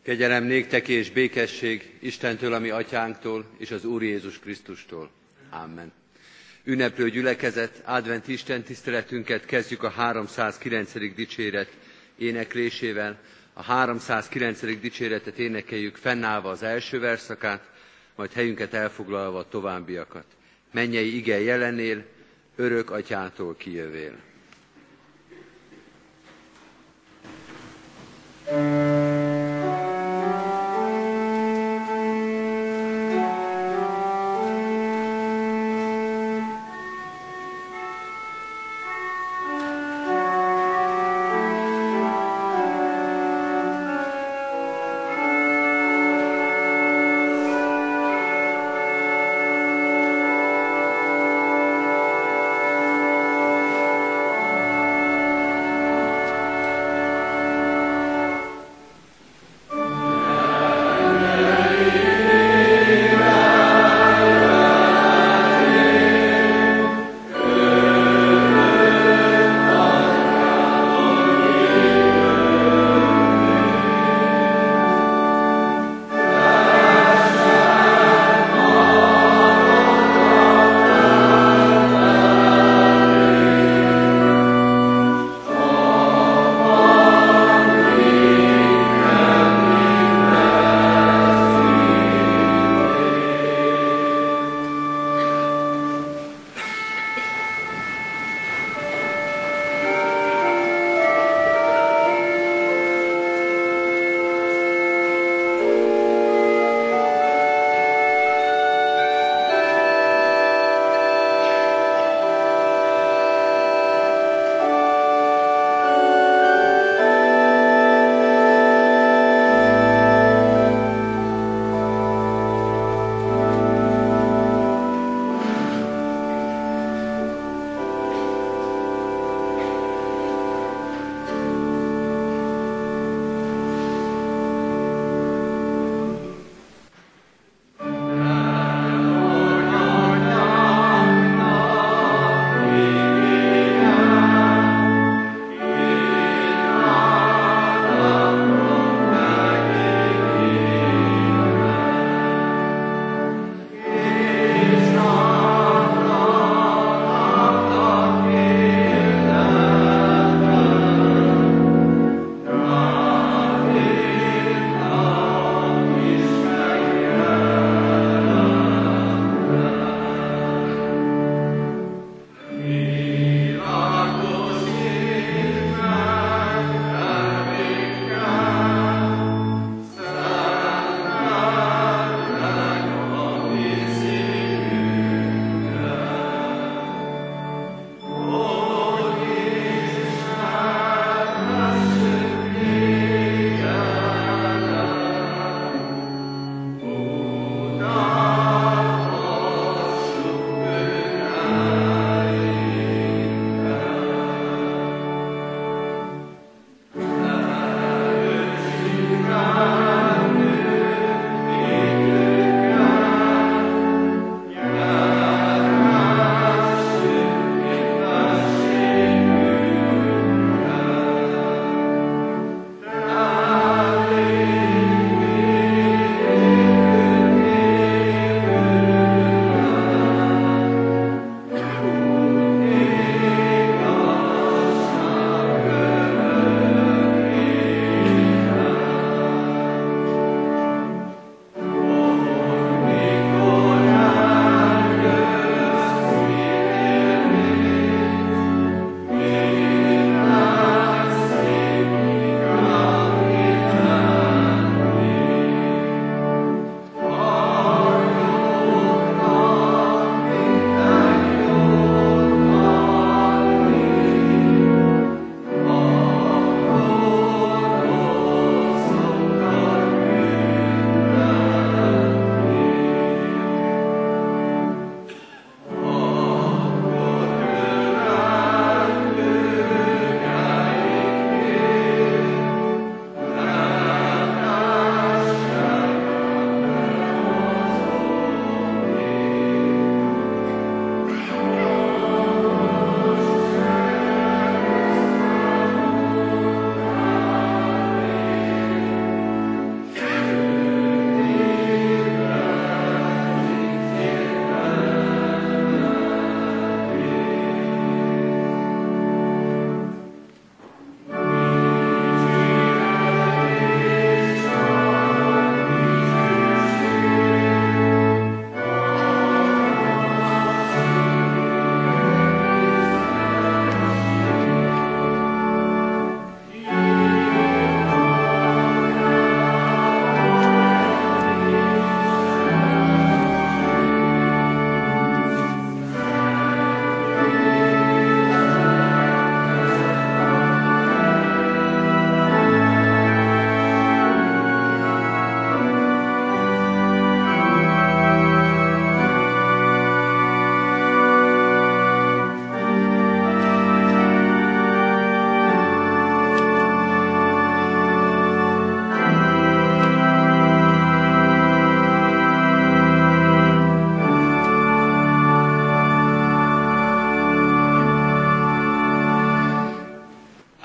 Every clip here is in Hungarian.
Kegyelem néktek és békesség Istentől, a mi atyánktól, és az Úr Jézus Krisztustól. Amen. Ünneplő gyülekezet, adventi Isten tiszteletünket kezdjük a 309. dicséret éneklésével. A 309. dicséretet énekeljük fennállva az első verszakát, majd helyünket elfoglalva a továbbiakat. Mennyei ige jelenél, örök atyától kijövél.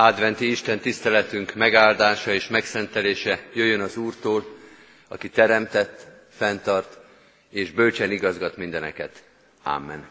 Adventi Isten tiszteletünk megáldása és megszentelése jöjjön az Úrtól, aki teremtett, fenntart és bölcsen igazgat mindeneket. Amen.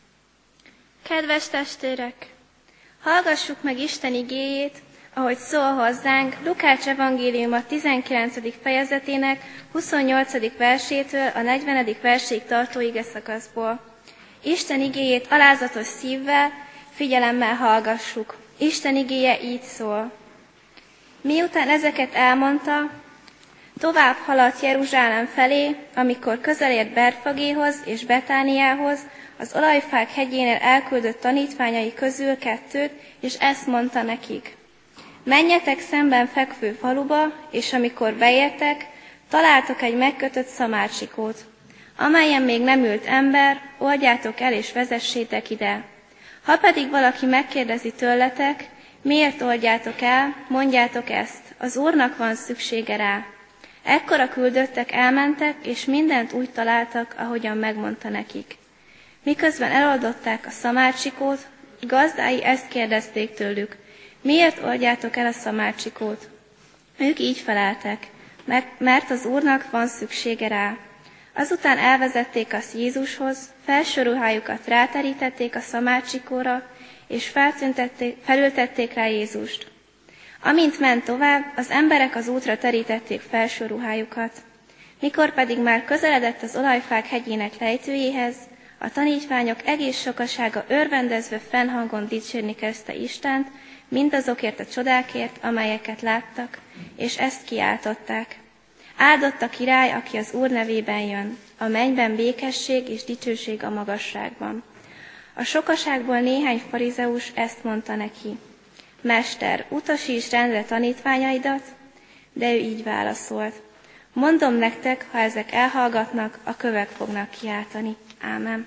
Kedves testvérek! Hallgassuk meg Isten igéjét, ahogy szól hozzánk Lukács evangéliuma 19. fejezetének 28. versétől a 40. verséig tartó igeszakaszból. Isten igéjét alázatos szívvel, figyelemmel hallgassuk. Isten igéje így szól. Miután ezeket elmondta, tovább haladt Jeruzsálem felé, amikor közel ért Berfagéhoz és Betániához, az Olajfák hegyénél elküldött tanítványai közül kettőt, és ezt mondta nekik. Menjetek szemben fekvő faluba, és amikor beértek, találtok egy megkötött szamárcsikót, amelyen még nem ült ember, oldjátok el és vezessétek ide. Ha pedig valaki megkérdezi tőletek, miért oldjátok el, mondjátok ezt, az Úrnak van szüksége rá. Ekkor a küldöttek elmentek, és mindent úgy találtak, ahogyan megmondta nekik. Miközben eloldották a szamárcsikót, gazdái ezt kérdezték tőlük, miért oldjátok el a szamárcsikót? Ők így feleltek, mert az Úrnak van szüksége rá. Azután elvezették azt Jézushoz, felső ruhájukat ráterítették a szamárcsikóra, és felültették rá Jézust. Amint ment tovább, az emberek az útra terítették felső ruhájukat. Mikor pedig már közeledett az Olajfák hegyének lejtőjéhez, a tanítványok egész sokasága örvendezve fennhangon dicsérni kezdte Istent, mindazokért a csodákért, amelyeket láttak, és ezt kiáltották. Áldott a király, aki az Úr nevében jön, a mennyben békesség és dicsőség a magasságban. A sokaságból néhány farizeus ezt mondta neki. Mester, utasíts rendre tanítványaidat, de ő így válaszolt. Mondom nektek, ha ezek elhallgatnak, a kövek fognak kiáltani. Ámen.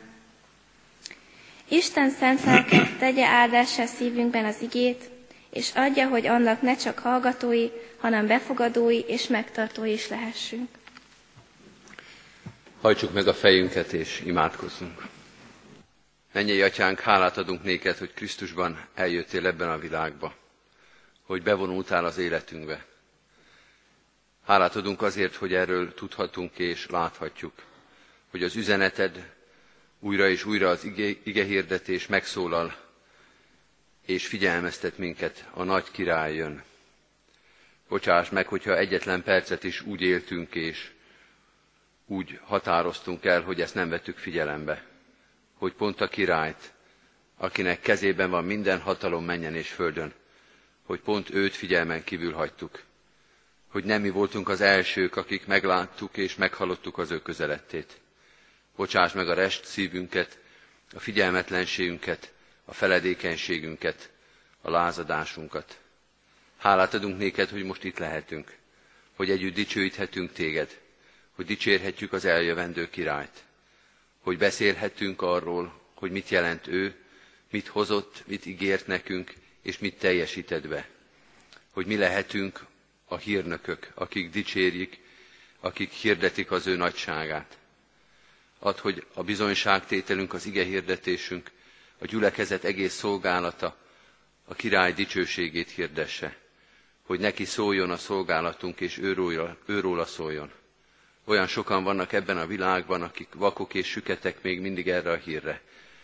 Isten szent lelke tegye áldássá szívünkben az igét, és adja, hogy annak ne csak hallgatói, hanem befogadói és megtartói is lehessünk. Hajtsuk meg a fejünket és imádkozzunk. Mennyei Atyánk, hálát adunk néked, hogy Krisztusban eljöttél ebben a világba, hogy bevonultál az életünkbe. Hálát adunk azért, hogy erről tudhatunk és láthatjuk, hogy az üzeneted újra és újra az igehirdetés megszólal, és figyelmeztet minket, a nagy király jön. Bocsáss meg, hogyha egyetlen percet is úgy éltünk, és úgy határoztunk el, hogy ezt nem vettük figyelembe, hogy pont a királyt, akinek kezében van minden hatalom mennyen és földön, hogy pont őt figyelmen kívül hagytuk, hogy nem mi voltunk az elsők, akik megláttuk és meghallottuk az ő közelettét. Bocsáss meg a rest szívünket, a figyelmetlenségünket, a feledékenységünket, a lázadásunkat. Hálát adunk néked, hogy most itt lehetünk, hogy együtt dicsőíthetünk téged, hogy dicsérhetjük az eljövendő királyt, hogy beszélhetünk arról, hogy mit jelent ő, mit hozott, mit ígért nekünk, és mit teljesített be. Hogy mi lehetünk a hírnökök, akik dicsérjük, akik hirdetik az ő nagyságát. Add, hogy a bizonyságtételünk, az igehirdetésünk, a gyülekezet egész szolgálata a király dicsőségét hirdesse, hogy neki szóljon a szolgálatunk, és őróla szóljon. Olyan sokan vannak ebben a világban, akik vakok és süketek még mindig erre a hírre.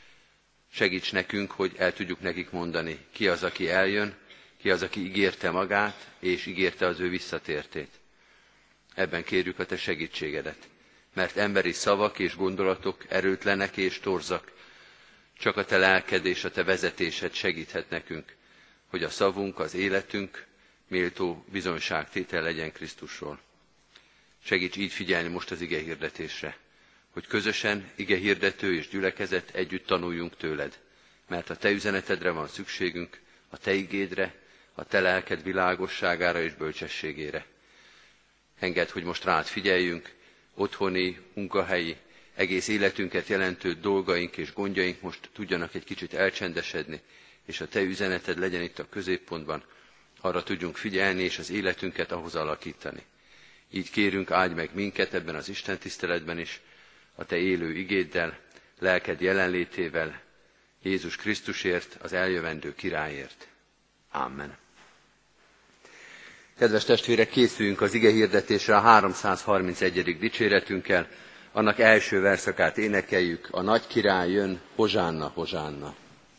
Segíts nekünk, hogy el tudjuk nekik mondani, ki az, aki eljön, ki az, aki ígérte magát, és ígérte az ő visszatértét. Ebben kérjük a te segítségedet, mert emberi szavak és gondolatok erőtlenek és torzak, csak a te lelked és a te vezetésed segíthet nekünk, hogy a szavunk, az életünk méltó bizonyságtétel legyen Krisztusról. Segíts így figyelni most az igehirdetésre, hogy közösen igehirdető és gyülekezet együtt tanuljunk tőled, mert a te üzenetedre van szükségünk, a te igédre, a te lelked világosságára és bölcsességére. Engedd, hogy most rád figyeljünk, otthoni, munkahelyi, egész életünket jelentő dolgaink és gondjaink most tudjanak egy kicsit elcsendesedni, és a te üzeneted legyen itt a középpontban, arra tudjunk figyelni és az életünket ahhoz alakítani. Így kérünk, áldj meg minket ebben az Isten tiszteletben is, a te élő igéddel, lelked jelenlétével, Jézus Krisztusért, az eljövendő királyért. Amen. Kedves testvérek, készüljünk az igehirdetésre a 331. dicséretünkkel. Annak első verszakát énekeljük: a nagy király jön, hozsánna, hozsánna.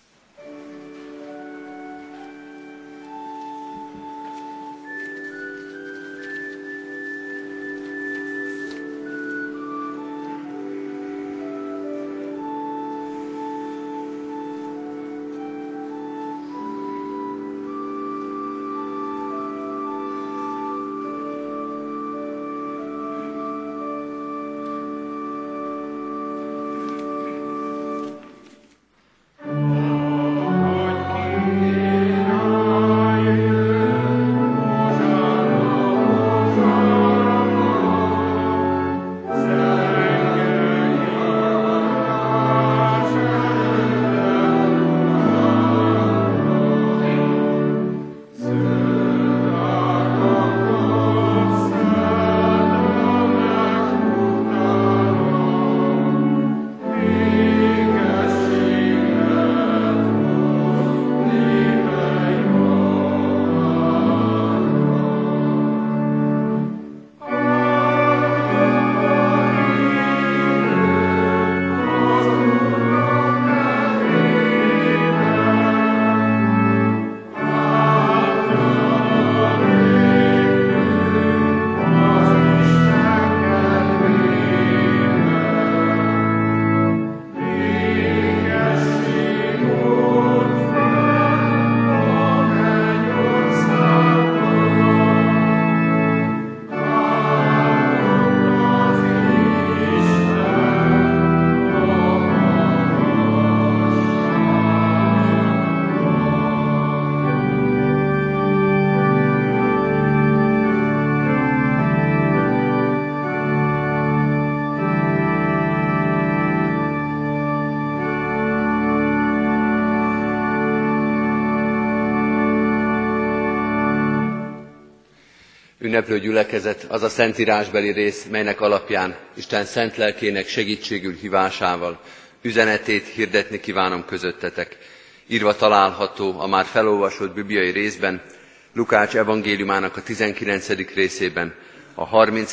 Ünneplő gyülekezet az a szentírásbeli rész, melynek alapján Isten szent lelkének segítségül hívásával üzenetét hirdetni kívánom közöttetek. Írva található a már felolvasott bibliai részben, Lukács evangéliumának a 19. részében, a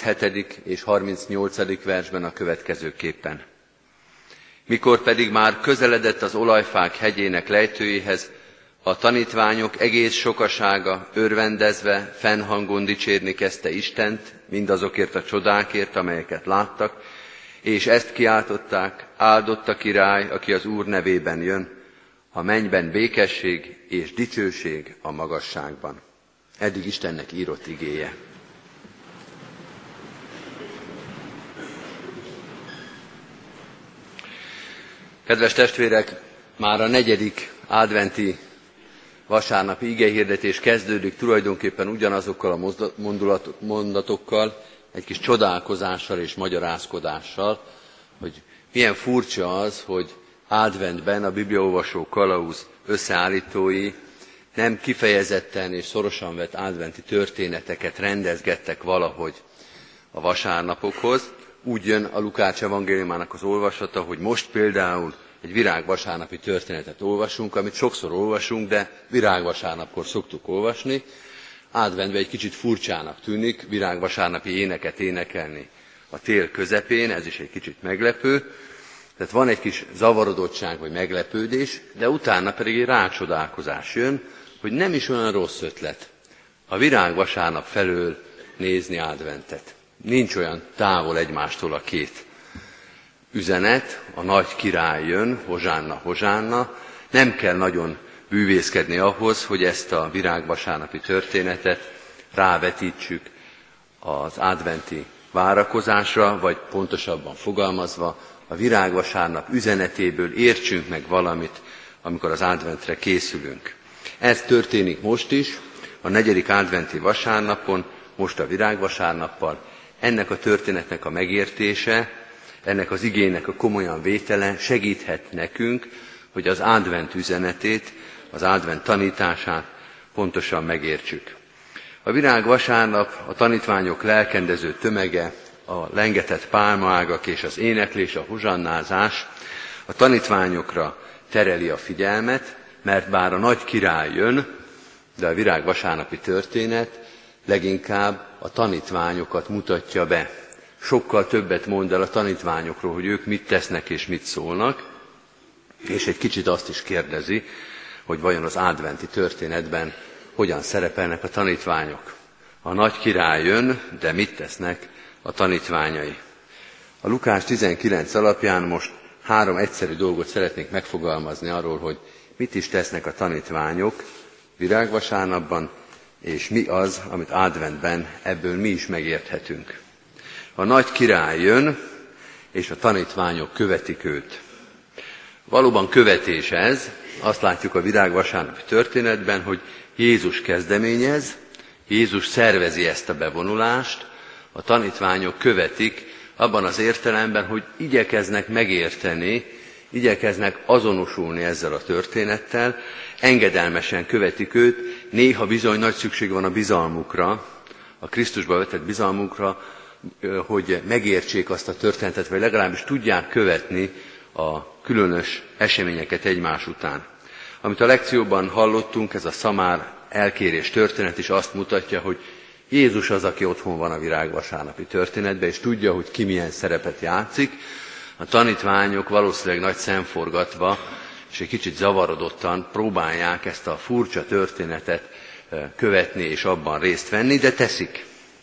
37. és 38. versben a következőképpen. Mikor pedig már közeledett az olajfák hegyének lejtőjéhez, a tanítványok egész sokasága örvendezve, fennhangon dicsérni kezdte Istent, mindazokért a csodákért, amelyeket láttak, és ezt kiáltották: áldott a király, aki az Úr nevében jön, a mennyben békesség és dicsőség a magasságban. Eddig Istennek írott igéje. Kedves testvérek, már a 4. adventi vasárnapi igehirdetés kezdődik tulajdonképpen ugyanazokkal a mondatokkal, egy kis csodálkozással és magyarázkodással, hogy milyen furcsa az, hogy adventben a bibliaolvasó kalauz összeállítói nem kifejezetten és szorosan vett adventi történeteket rendezgettek valahogy a vasárnapokhoz. Úgy jön a Lukács evangéliumának az olvasata, hogy most például egy virágvasárnapi történetet olvasunk, amit sokszor olvasunk, de virágvasárnapkor szoktuk olvasni. Adventben egy kicsit furcsának tűnik virágvasárnapi éneket énekelni a tél közepén, ez is egy kicsit meglepő. Tehát van egy kis zavarodottság vagy meglepődés, de utána pedig egy rácsodálkozás jön, hogy nem is olyan rossz ötlet a virágvasárnap felől nézni adventet. Nincs olyan távol egymástól a két üzenet, a nagy király jön, hozsánna, hozsánna. Nem kell nagyon bűvészkedni ahhoz, hogy ezt a virágvasárnapi történetet rávetítsük az adventi várakozásra, vagy pontosabban fogalmazva, a virágvasárnap üzenetéből értsünk meg valamit, amikor az adventre készülünk. Ez történik most is, a 4. adventi vasárnapon, most a virágvasárnappal. Ennek a történetnek a megértése, ennek az igének a komolyan vétele segíthet nekünk, hogy az advent üzenetét, az advent tanítását pontosan megértsük. A virágvasárnap, a tanítványok lelkendező tömege, a lengetett pálmaágak és az éneklés, a hozsannázás a tanítványokra tereli a figyelmet, mert bár a nagy király jön, de a virágvasárnapi történet leginkább a tanítványokat mutatja be. Sokkal többet mond el a tanítványokról, hogy ők mit tesznek és mit szólnak, és egy kicsit azt is kérdezi, hogy vajon az adventi történetben hogyan szerepelnek a tanítványok. A nagy király jön, de mit tesznek a tanítványai? A Lukás 19 alapján most 3 egyszerű dolgot szeretnék megfogalmazni arról, hogy mit is tesznek a tanítványok virágvasárnapban, és mi az, amit adventben ebből mi is megérthetünk. A nagy király jön, és a tanítványok követik őt. Valóban követés ez, azt látjuk a virágvasárnapi történetben, hogy Jézus kezdeményez, Jézus szervezi ezt a bevonulást, a tanítványok követik abban az értelemben, hogy igyekeznek megérteni, igyekeznek azonosulni ezzel a történettel, engedelmesen követik őt, néha bizony nagy szükség van a bizalmukra, a Krisztusba vetett bizalmukra, hogy megértsék azt a történetet, vagy legalábbis tudják követni a különös eseményeket egymás után. Amit a lekcióban hallottunk, ez a szamár elkérés történet is azt mutatja, hogy Jézus az, aki otthon van a virágvasárnapi történetben, és tudja, hogy ki milyen szerepet játszik. A tanítványok valószínűleg nagy szemforgatva, és egy kicsit zavarodottan próbálják ezt a furcsa történetet követni és abban részt venni, de teszik.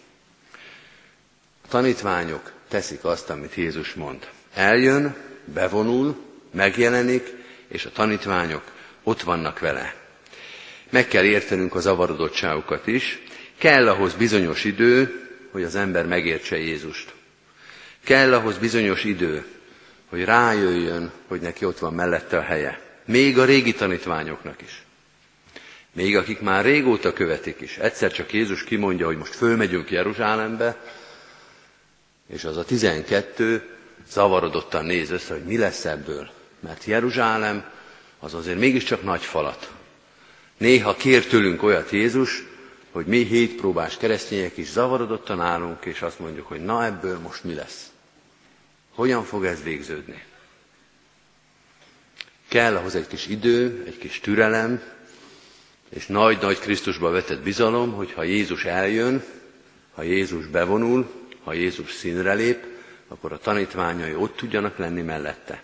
A tanítványok teszik azt, amit Jézus mond. Eljön, bevonul, megjelenik, és a tanítványok ott vannak vele. Meg kell értenünk a zavarodottságukat is. Kell ahhoz bizonyos idő, hogy az ember megértse Jézust. Kell ahhoz bizonyos idő, hogy rájöjjön, hogy neki ott van mellette a helye. Még a régi tanítványoknak is. Még akik már régóta követik is. Egyszer csak Jézus kimondja, hogy most fölmegyünk Jeruzsálembe, és az a 12 zavarodottan néz össze, hogy mi lesz ebből. Mert Jeruzsálem az azért mégiscsak nagy falat. Néha kér tőlünk olyat Jézus, hogy mi hétpróbás keresztények is zavarodottan állunk, és azt mondjuk, hogy na ebből most mi lesz. Hogyan fog ez végződni? Kell ahhoz egy kis idő, egy kis türelem, és nagy-nagy Krisztusba vetett bizalom, hogy ha Jézus eljön, ha Jézus bevonul, ha Jézus színre lép, akkor a tanítványai ott tudjanak lenni mellette.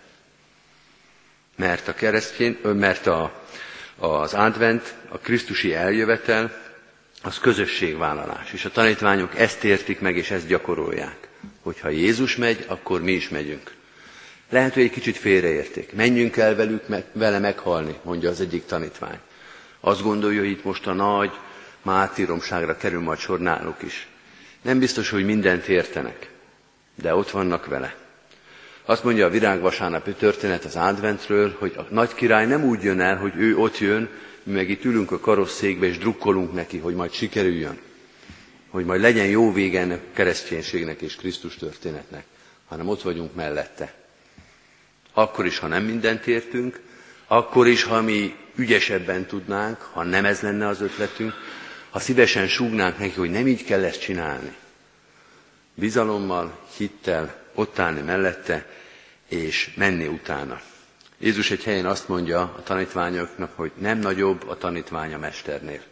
Mert az advent, a krisztusi eljövetel, az közösségvállalás. És a tanítványok ezt értik meg, és ezt gyakorolják. Hogyha Jézus megy, akkor mi is megyünk. Lehet, hogy egy kicsit félreérték. Menjünk el vele meghalni, mondja az egyik tanítvány. Azt gondolja, hogy itt most a nagy mártíromságra kerül majd sor náluk is. Nem biztos, hogy mindent értenek, de ott vannak vele. Azt mondja a virágvasárnapi történet az adventről, hogy a nagy király nem úgy jön el, hogy ő ott jön, mi meg itt ülünk a karosszékbe, és drukkolunk neki, hogy majd sikerüljön. Hogy majd legyen jó vége ennek a kereszténységnek és Krisztus történetnek, hanem ott vagyunk mellette. Akkor is, ha nem mindent értünk, akkor is, ha mi ügyesebben tudnánk, ha nem ez lenne az ötletünk, ha szívesen súgnánk neki, hogy nem így kell ezt csinálni. Bizalommal, hittel ott állni mellette, és menni utána. Jézus egy helyen azt mondja a tanítványoknak, hogy nem nagyobb a tanítvány a mesternél.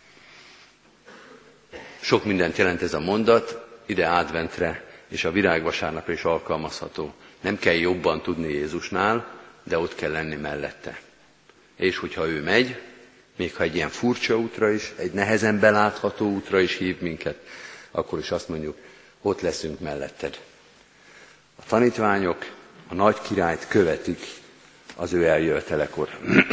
Sok mindent jelent ez a mondat, ide adventre és a virágvasárnapra is alkalmazható. Nem kell jobban tudni Jézusnál, de ott kell lenni mellette. És hogyha ő megy, még ha egy ilyen furcsa útra is, egy nehezen belátható útra is hív minket, akkor is azt mondjuk, ott leszünk melletted. A tanítványok a nagy királyt követik az ő eljövetelekor.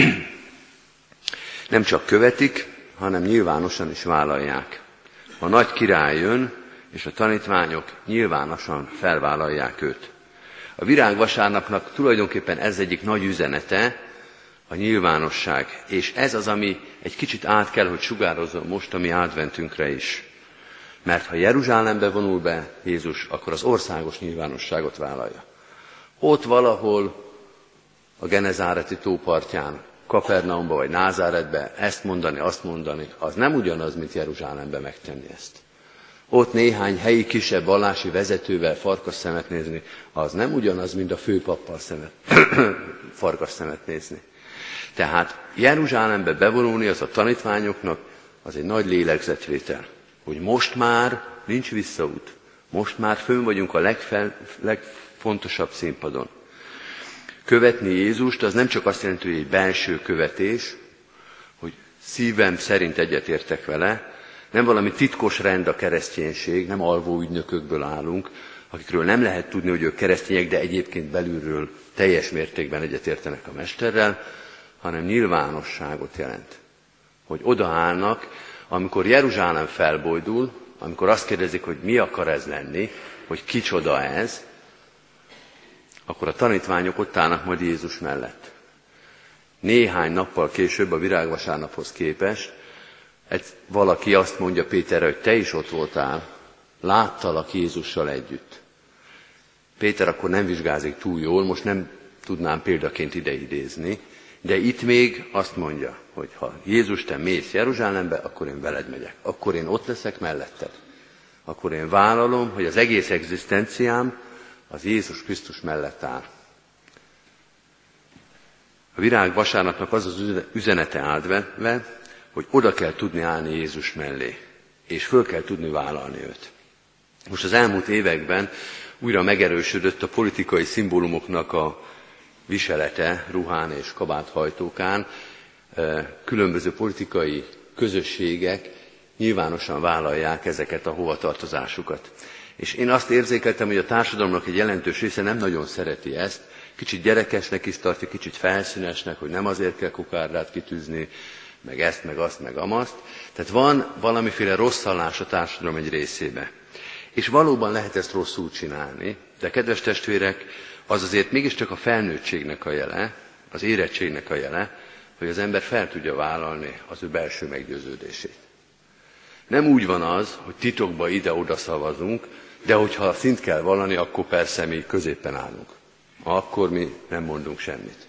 Nem csak követik, hanem nyilvánosan is vállalják. A nagy király jön, és a tanítványok nyilvánosan felvállalják őt. A virágvasárnapnak tulajdonképpen ez egyik nagy üzenete, a nyilvánosság. És ez az, ami egy kicsit át kell, hogy sugározzon most a mi adventünkre is. Mert ha Jeruzsálembe vonul be Jézus, akkor az országos nyilvánosságot vállalja. Ott valahol a Genezáreti tó partján, Kapernaumba vagy Názáretbe ezt mondani, azt mondani, az nem ugyanaz, mint Jeruzsálembe megtenni ezt. Ott néhány helyi kisebb vallási vezetővel farkasszemet nézni, az nem ugyanaz, mint a főpappal farkasszemet nézni. Tehát Jeruzsálembe bevonulni az a tanítványoknak, az egy nagy lélegzetvétel. hogy most már nincs visszaút. Most már fönn vagyunk a legfontosabb színpadon. Követni Jézust az nem csak azt jelenti, hogy egy belső követés, hogy szívem szerint egyetértek vele, nem valami titkos rend a kereszténység, nem alvó ügynökökből állunk, akikről nem lehet tudni, hogy ők keresztények, de egyébként belülről teljes mértékben egyetértenek a Mesterrel, hanem nyilvánosságot jelent. Hogy odaállnak, amikor Jeruzsálem felbojdul, amikor azt kérdezik, hogy mi akar ez lenni, hogy kicsoda ez, akkor a tanítványok ott állnak majd Jézus mellett. Néhány nappal később, a virágvasárnaphoz képest, valaki azt mondja Péterre, hogy te is ott voltál, láttalak Jézussal együtt. Péter akkor nem vizsgázik túl jól, most nem tudnám példaként ideidézni, de itt még azt mondja, hogy ha Jézus, te mész Jeruzsálembe, akkor én veled megyek. Akkor én ott leszek melletted. Akkor én vállalom, hogy az egész egzisztenciám az Jézus Krisztus mellett áll. A virágvasárnapnak az az üzenete átvetve, hogy oda kell tudni állni Jézus mellé, és föl kell tudni vállalni őt. Most az elmúlt években újra megerősödött a politikai szimbólumoknak a viselete ruhán és kabáthajtókán. Különböző politikai közösségek nyilvánosan vállalják ezeket a hovatartozásukat. És én azt érzékeltem, hogy a társadalomnak egy jelentős része nem nagyon szereti ezt, kicsit gyerekesnek is tartja, kicsit felszínesnek, hogy nem azért kell kokárdát kitűzni, meg ezt, meg azt, meg amazt. Tehát van valamiféle rosszallás a társadalom egy részébe. És valóban lehet ezt rosszul csinálni, de kedves testvérek, az azért mégiscsak a felnőttségnek a jele, az érettségnek a jele, hogy az ember fel tudja vállalni az ő belső meggyőződését. Nem úgy van az, hogy titokban ide-oda szavazunk, de hogyha szint kell vallani, akkor persze mi középen állunk. Akkor mi nem mondunk semmit.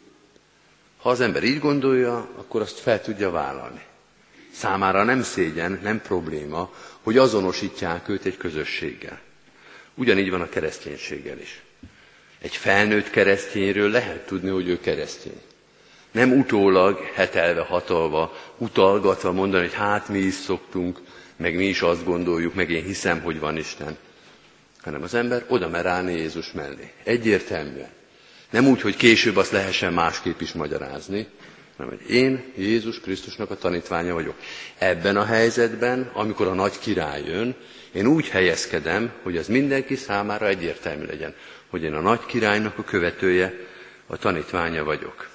Ha az ember így gondolja, akkor azt fel tudja vállalni. Számára nem szégyen, nem probléma, hogy azonosítják őt egy közösséggel. Ugyanígy van a kereszténységgel is. Egy felnőtt keresztényről lehet tudni, hogy ő keresztény. Nem utólag, hetelve, hatolva, utalgatva mondani, hogy hát mi is szoktunk, meg mi is azt gondoljuk, meg én hiszem, hogy van Isten. Hanem az ember oda mer állni Jézus mellé. Egyértelműen. Nem úgy, hogy később azt lehessen másképp is magyarázni, hanem hogy én Jézus Krisztusnak a tanítványa vagyok. Ebben a helyzetben, amikor a nagy király jön, én úgy helyezkedem, hogy az mindenki számára egyértelmű legyen, hogy én a nagy királynak a követője, a tanítványa vagyok.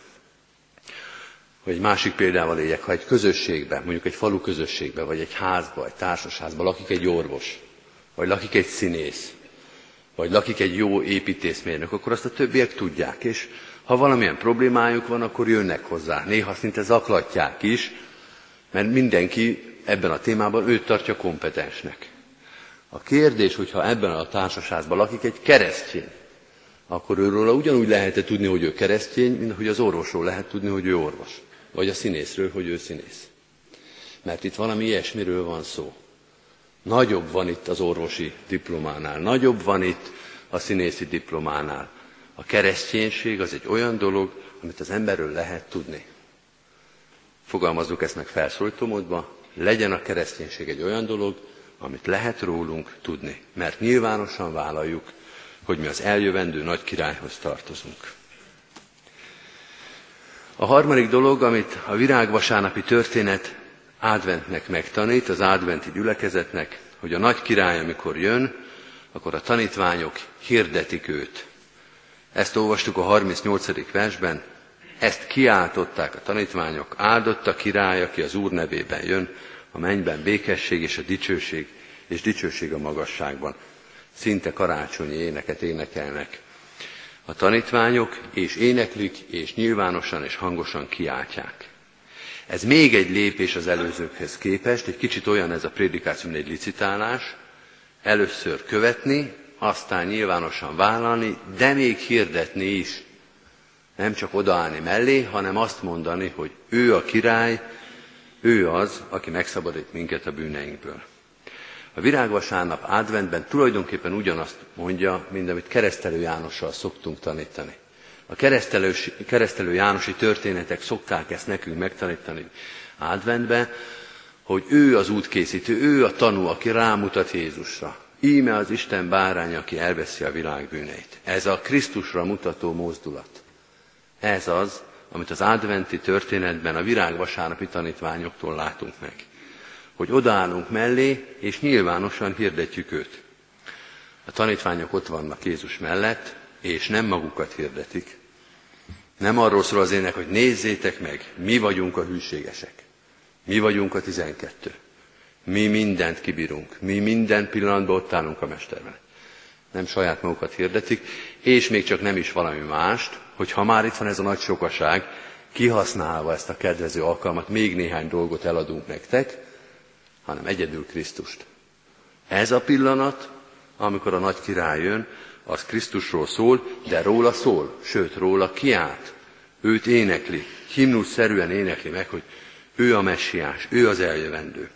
Hogy egy másik példával éljek, ha egy közösségben, mondjuk egy falu közösségben, vagy egy házban, egy társasházban lakik egy orvos, vagy lakik egy színész, vagy lakik egy jó építészmérnök, akkor azt a többiek tudják, és ha valamilyen problémájuk van, akkor jönnek hozzá. Néha szinte zaklatják is, mert mindenki ebben a témában őt tartja kompetensnek. A kérdés, hogyha ebben a társasházban lakik egy keresztény, akkor őről ugyanúgy lehet tudni, hogy ő keresztény, mint hogy az orvosról lehet tudni, hogy ő orvos. Vagy a színészről, hogy ő színész. Mert itt valami ilyesmiről van szó. Nagyobb van itt az orvosi diplománál, nagyobb van itt a színészi diplománál. A kereszténység az egy olyan dolog, amit az emberről lehet tudni. Fogalmazzuk ezt meg felszólító módban, legyen a kereszténység egy olyan dolog, amit lehet rólunk tudni, mert nyilvánosan vállaljuk, hogy mi az eljövendő nagy királyhoz tartozunk. A harmadik dolog, amit a virágvasárnapi történet adventnek megtanít, az adventi gyülekezetnek, hogy a nagy király, amikor jön, akkor a tanítványok hirdetik őt. Ezt olvastuk a 38. versben, ezt kiáltották a tanítványok, áldott a király, aki az Úr nevében jön, a mennyben békesség és a dicsőség, és dicsőség a magasságban. Szinte karácsonyi éneket énekelnek a tanítványok, és éneklik, és nyilvánosan és hangosan kiáltják. Ez még egy lépés az előzőkhez képest, egy kicsit olyan ez a prédikáció, mint egy licitálás, először követni, aztán nyilvánosan vállalni, de még hirdetni is. Nem csak odaállni mellé, hanem azt mondani, hogy ő a király, ő az, aki megszabadít minket a bűneinkből. A virágvasárnap adventben tulajdonképpen ugyanazt mondja, mint amit Keresztelő Jánossal szoktunk tanítani. A Keresztelő Jánosi történetek szokták ezt nekünk megtanítani adventben, hogy ő az útkészítő, ő a tanú, aki rámutat Jézusra. Íme az Isten bárány, aki elveszi a világ bűneit. Ez a Krisztusra mutató mozdulat. Ez az, amit az adventi történetben a virágvasárnapi tanítványoktól látunk meg. Hogy odaállunk mellé, és nyilvánosan hirdetjük őt. A tanítványok ott vannak Jézus mellett, és nem magukat hirdetik. Nem arról szól az ének, hogy nézzétek meg, mi vagyunk a hűségesek. Mi vagyunk a 12. Mi mindent kibírunk. Mi minden pillanatban ott állunk a Mesterben. Nem saját magukat hirdetik, és még csak nem is valami mást, hogy ha már itt van ez a nagy sokaság, kihasználva ezt a kedvező alkalmat, még néhány dolgot eladunk nektek, hanem egyedül Krisztust. Ez a pillanat, amikor a nagy király jön, az Krisztusról szól, de róla szól, sőt róla kiált. Őt énekli, himnuszszerűen énekli meg, hogy ő a messiás, ő az eljövendő.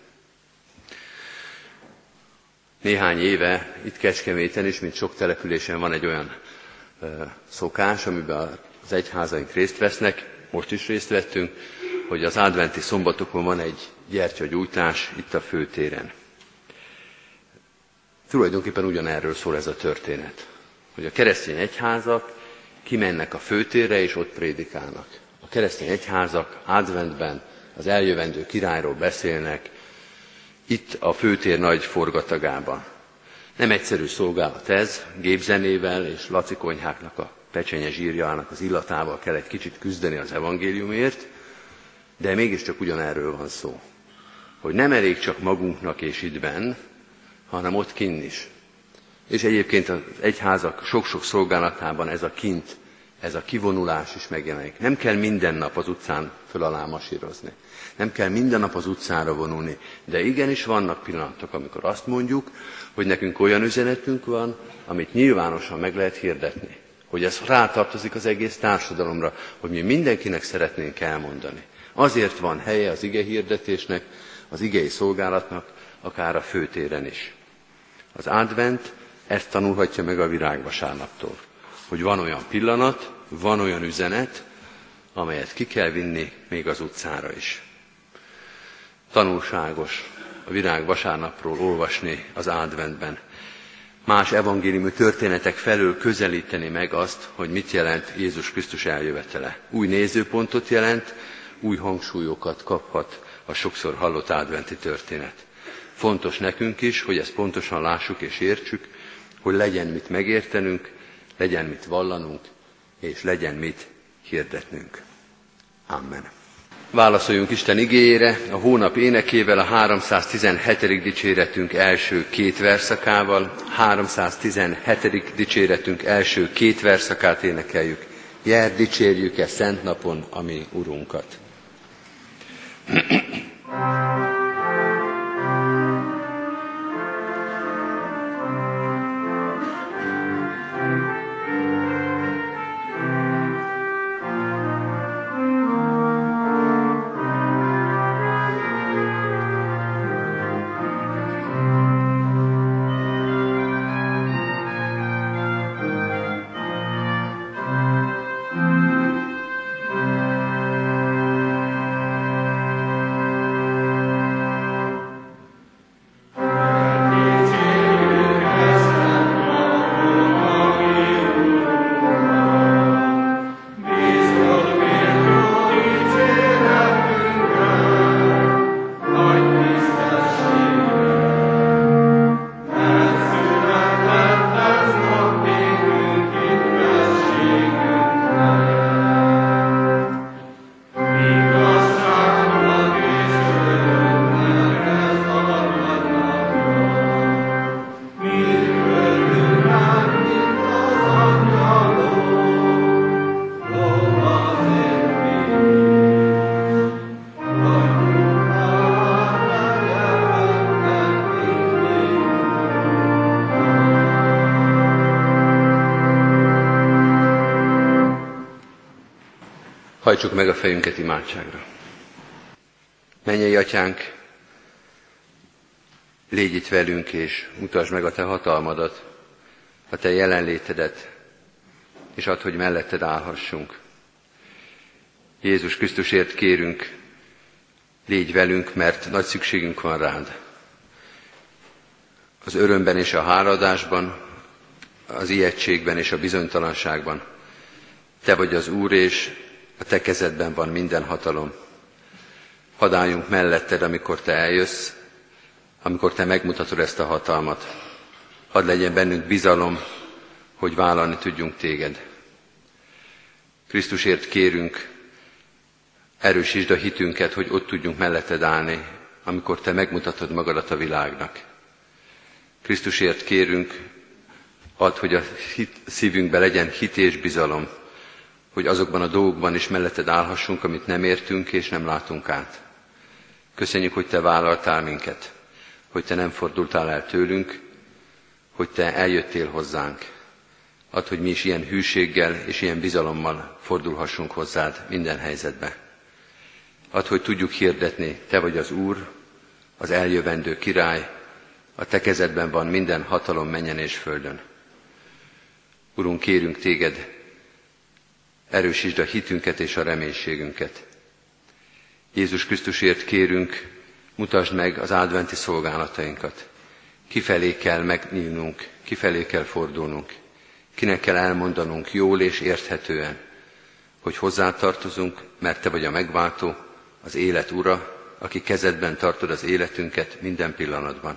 Néhány éve itt Kecskeméten is, mint sok településen van egy olyan szokás, amiben az egyházaink részt vesznek, most is részt vettünk, hogy az adventi szombatokon van egy gyertyagyújtás itt a főtéren. Tulajdonképpen ugyanerről szól ez a történet, hogy a keresztény egyházak kimennek a főtérre és ott prédikálnak. A keresztény egyházak adventben az eljövendő királyról beszélnek, itt a főtér nagy forgatagában. Nem egyszerű szolgálat ez, gépzenével és Laci konyháknak a pecsenye zsírjának az illatával kell egy kicsit küzdeni az evangéliumért, de mégiscsak ugyanerről van szó, hogy nem elég csak magunknak és itt benn, hanem ott kinn is. És egyébként az egyházak sok-sok szolgálatában ez a kint, ez a kivonulás is megjelenik. Nem kell minden nap az utcán föl alá masírozni. Nem kell minden nap az utcára vonulni. De igenis vannak pillanatok, amikor azt mondjuk, hogy nekünk olyan üzenetünk van, amit nyilvánosan meg lehet hirdetni. Hogy ez rátartozik az egész társadalomra, hogy mi mindenkinek szeretnénk elmondani. Azért van helye az ige hirdetésnek, az igei szolgálatnak, akár a főtéren is. Az advent ezt tanulhatja meg a virágvasárnaptól, hogy van olyan pillanat, van olyan üzenet, amelyet ki kell vinni még az utcára is. Tanulságos a virágvasárnapról olvasni az adventben. Más evangéliumi történetek felől közelíteni meg azt, hogy mit jelent Jézus Krisztus eljövetele. Új nézőpontot jelent, új hangsúlyokat kaphat a sokszor hallott adventi történet. Fontos nekünk is, hogy ezt pontosan lássuk és értsük, hogy legyen mit megértenünk, legyen mit vallanunk, és legyen mit hirdetnünk. Amen. Válaszoljunk Isten igéjére a hónap énekével, a 317. dicséretünk első két verszakával. 317. dicséretünk első két verszakát énekeljük. Jár, dicsérjük-e szent napon a mi Urunkat. Hajtsuk meg a fejünket imádságra. Mennyei Atyánk, légy itt velünk, és mutasd meg a Te hatalmadat, a Te jelenlétedet, és add, hogy melletted állhassunk. Jézus Krisztusért kérünk, Légy velünk, mert nagy szükségünk van rád. Az örömben és a háladásban, az ijegységben és a bizonytalanságban. Te vagy az Úr, és a te kezedben van minden hatalom. Hadd álljunk melletted, amikor te eljössz, amikor te megmutatod ezt a hatalmat. Hadd legyen bennünk bizalom, hogy vállalni tudjunk téged. Krisztusért kérünk, erősítsd a hitünket, hogy ott tudjunk melletted állni, amikor te megmutatod magadat a világnak. Krisztusért kérünk, add, hogy a szívünkben legyen hit és bizalom, hogy azokban a dolgokban is melletted állhassunk, amit nem értünk és nem látunk át. Köszönjük, hogy te vállaltál minket, hogy te nem fordultál el tőlünk, hogy te eljöttél hozzánk. Add, hogy mi is ilyen hűséggel és ilyen bizalommal fordulhassunk hozzád minden helyzetbe. Add, hogy tudjuk hirdetni, te vagy az Úr, az eljövendő király, a te kezedben van minden hatalom mennyen és földön. Urunk, kérünk téged, erősítsd a hitünket és a reménységünket. Jézus Krisztusért kérünk, mutasd meg az adventi szolgálatainkat. Kifelé kell megnyílnunk, kifelé kell fordulnunk. Kinek kell elmondanunk jól és érthetően, hogy hozzátartozunk, mert te vagy a megváltó, az élet ura, aki kezedben tartod az életünket minden pillanatban.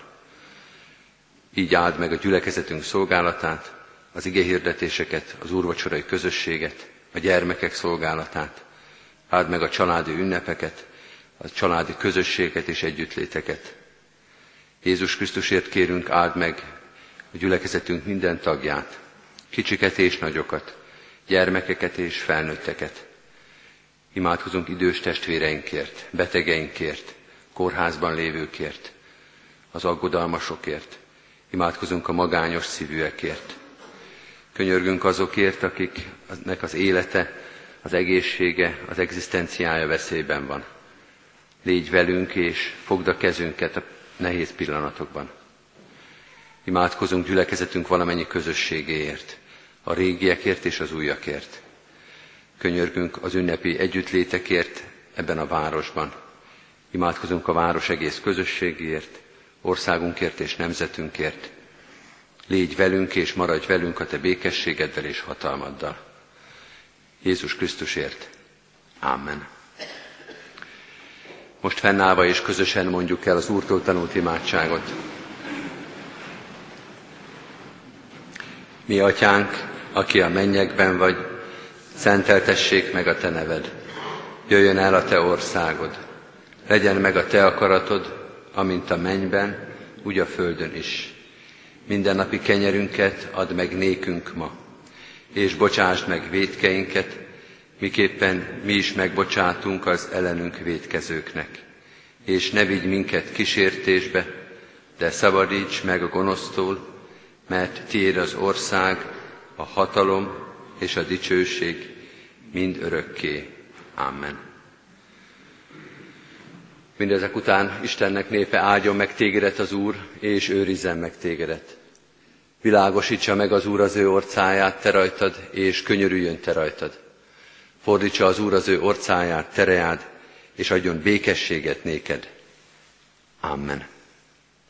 Így áld meg a gyülekezetünk szolgálatát, az igehirdetéseket, az úrvacsorai közösséget, a gyermekek szolgálatát, áld meg a családi ünnepeket, a családi közösséget és együttléteket. Jézus Krisztusért kérünk, áld meg a gyülekezetünk minden tagját, kicsiket és nagyokat, gyermekeket és felnőtteket. Imádkozunk idős testvéreinkért, betegeinkért, kórházban lévőkért, az aggodalmasokért. Imádkozunk a magányos szívűekért. Könyörgünk azokért, akiknek az élete, az egészsége, az egzisztenciája veszélyben van. Légy velünk, és fogd a kezünket a nehéz pillanatokban. Imádkozunk gyülekezetünk valamennyi közösségéért, a régiekért és az újakért. Könyörgünk az ünnepi együttlétekért ebben a városban. Imádkozunk a város egész közösségéért, országunkért és nemzetünkért. Légy velünk és maradj velünk a te békességeddel és hatalmaddal. Jézus Krisztusért. Amen. Most fennállva és közösen mondjuk el az Úrtól tanult imádságot. Mi atyánk, aki a mennyekben vagy, szenteltessék meg a te neved. Jöjjön el a te országod. Legyen meg a te akaratod, amint a mennyben, úgy a földön is. Mindennapi kenyerünket add meg nékünk ma, és bocsásd meg vétkeinket, miképpen mi is megbocsátunk az ellenünk vétkezőknek. És ne vigy minket kísértésbe, de szabadíts meg a gonosztól, mert tiéd az ország, a hatalom és a dicsőség mind örökké. Amen. Mindezek után Istennek népe, áldjon meg tégedet az Úr, és őrizzen meg tégedet. Világosítsa meg az Úr az ő orcáját te rajtad, és könyörüljön te rajtad. Fordítsa az Úr az ő orcáját te reád, és adjon békességet néked. Amen.